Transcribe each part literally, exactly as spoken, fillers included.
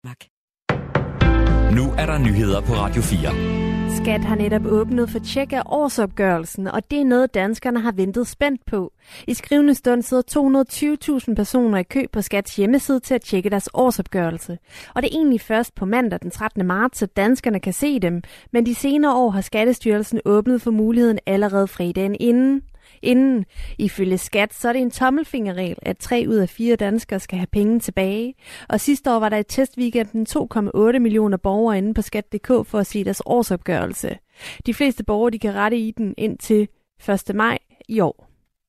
Nu er der nyheder på Radio fire. Skat har netop åbnet for tjek af årsopgørelsen, og det er noget, danskerne har ventet spændt på. I skrivende stund sidder to hundrede og tyve tusind personer i kø på Skats hjemmeside til at tjekke deres årsopgørelse. Og det er egentlig først på mandag den trettende marts, at danskerne kan se dem, men de senere år har Skattestyrelsen åbnet for muligheden allerede fredagen inden. Inden, ifølge Skat, så er det en tommelfingerregel, at tre ud af fire danskere skal have penge tilbage. Og sidste år var der i testweekenden to komma otte millioner borgere inde på skat punktum d k for at se deres årsopgørelse. De fleste borgere de kan rette i den indtil første maj i år.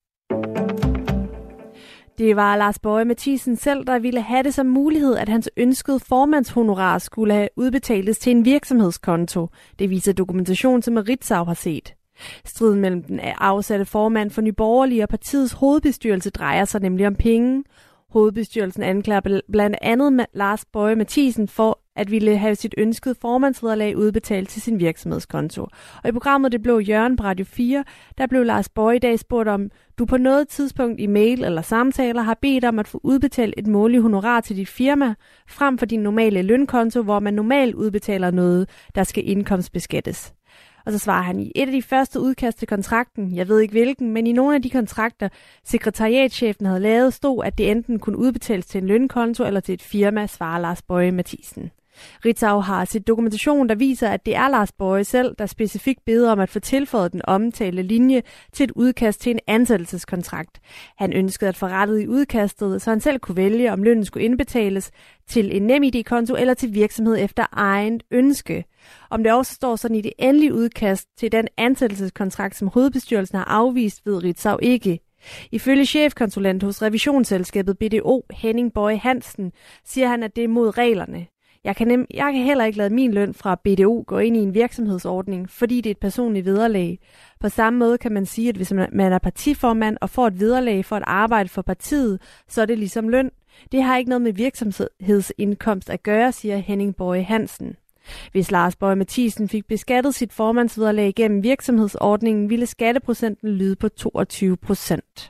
Det var Lars Boje Mathiesen selv, der ville have det som mulighed, at hans ønskede formandshonorar skulle have udbetales til en virksomhedskonto. Det viser dokumentation, som Ritzau har set. Striden mellem den afsatte formand for Nye Borgerlige og partiets hovedbestyrelse drejer sig nemlig om penge. Hovedbestyrelsen anklager blandt andet Lars Boje Mathiesen for at ville have sit ønskede formandsvederlag udbetalt til sin virksomhedskonto. Og i programmet Det Blå Hjørne på Radio fire, der blev Lars Boje i dag spurgt om, du på noget tidspunkt i mail eller samtaler har bedt om at få udbetalt et månedligt honorar til dit firma, frem for din normale lønkonto, hvor man normalt udbetaler noget, der skal indkomstbeskattes. Og så svarer han i et af de første udkast til kontrakten, jeg ved ikke hvilken, men i nogle af de kontrakter, sekretariatschefen havde lavet, stod, at det enten kunne udbetales til en lønkonto eller til et firma, svarer Lars Boje Mathiesen. Ritzau har set dokumentation, der viser, at det er Lars Boje selv, der specifikt beder om at få tilføjet den omtalte linje til et udkast til en ansættelseskontrakt. Han ønskede at få rettet i udkastet, så han selv kunne vælge, om lønnen skulle indbetales til en NemID-konto eller til virksomhed efter egen ønske. Om det også står sådan i det endelige udkast til den ansættelseskontrakt, som hovedbestyrelsen har afvist, ved Ritzau ikke. Ifølge chefkonsulent hos revisionsselskabet B D O, Henning Boye Hansen, siger han, at det er mod reglerne. Jeg kan, nem, jeg kan heller ikke lade min løn fra B D O gå ind i en virksomhedsordning, fordi det er et personligt vederlag. På samme måde kan man sige, at hvis man er partiformand og får et vederlag for at arbejde for partiet, så er det ligesom løn. Det har ikke noget med virksomhedsindkomst at gøre, siger Henning Boye Hansen. Hvis Lars Boje Mathiesen fik beskattet sit formandsvederlag gennem virksomhedsordningen, ville skatteprocenten lyde på toogtyve procent.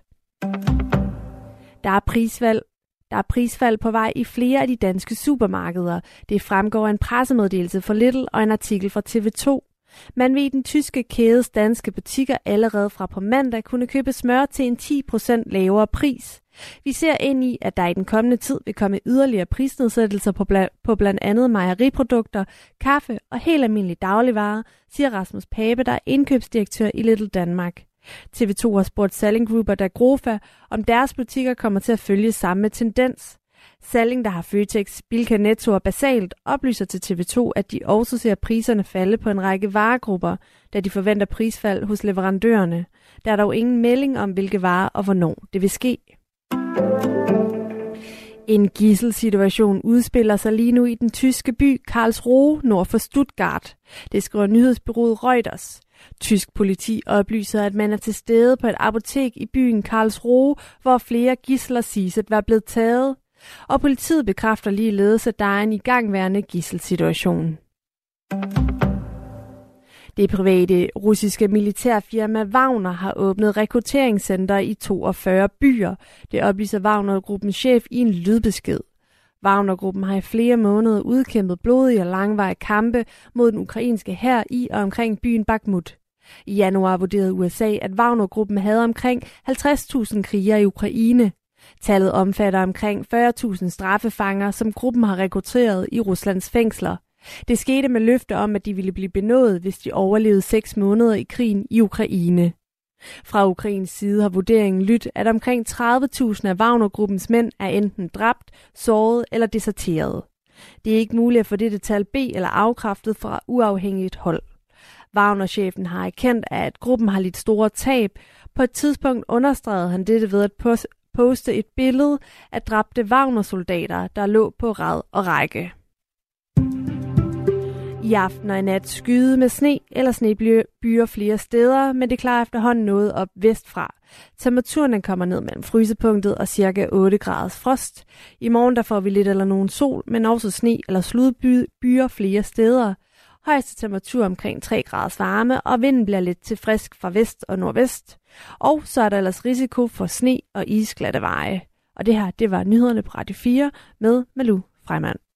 Der er prisvalg. Der er prisfald på vej i flere af de danske supermarkeder. Det fremgår af en pressemeddelelse fra Lidl og en artikel fra T V to. Man vil i den tyske kædes danske butikker allerede fra på mandag kunne købe smør til en ti procent lavere pris. Vi ser ind i, at der i den kommende tid vil komme yderligere prisnedsættelser på, bla- på blandt andet mejeriprodukter, kaffe og helt almindelige dagligvarer, siger Rasmus Pape, der er indkøbsdirektør i Lidl Danmark. T V to har spurgt Salling Group og Dagrofa, om deres butikker kommer til at følge samme tendens. Salling, der har Føtex, Bilka, Netto og Basalt, oplyser til T V to, at de også ser priserne falde på en række varegrupper, da de forventer prisfald hos leverandørerne. Der er dog ingen melding om, hvilke varer og hvornår det vil ske. En gidselsituation udspiller sig lige nu i den tyske by Karlsruhe nord for Stuttgart. Det skriver nyhedsbureauet Reuters. Tysk politi oplyser, at man er til stede på et apotek i byen Karlsruhe, hvor flere gidsler siges at være blevet taget. Og politiet bekræfter ligeledes, at der er en igangværende gidselsituation. Det private russiske militærfirma Wagner har åbnet rekrutteringscenter i toogfyrre byer. Det oplyser Wagner-gruppens chef i en lydbesked. Wagner-gruppen har i flere måneder udkæmpet blodige og langvarige kampe mod den ukrainske hær i og omkring byen Bakhmut. I januar vurderede U S A, at Wagner-gruppen havde omkring halvtreds tusind krigere i Ukraine. Tallet omfatter omkring fyrre tusind straffefanger, som gruppen har rekrutteret i Ruslands fængsler. Det skete med løfte om, at de ville blive benådet, hvis de overlevede seks måneder i krigen i Ukraine. Fra Ukrains side har vurderingen lyttet, at omkring tredive tusind af Wagner-gruppens mænd er enten dræbt, såret eller deserteret. Det er ikke muligt at få dette tal B eller afkræftet fra uafhængigt hold. Wagner-chefen har erkendt, at gruppen har lidt store tab. På et tidspunkt understregede han dette ved at poste et billede af dræbte Wagner-soldater, der lå på rad og række. I aften og i nat skyde med sne eller snebyer flere steder, men det klarer efterhånden noget op vestfra. Temperaturen kommer ned mellem frysepunktet og cirka otte graders frost. I morgen der får vi lidt eller nogen sol, men også sne eller sludbyer flere steder. Højeste temperatur omkring tre graders varme, og vinden bliver lidt til frisk fra vest og nordvest. Og så er der ellers risiko for sne og isglatte veje. Og det her, det var nyhederne på Radio fire med Malou Freimann.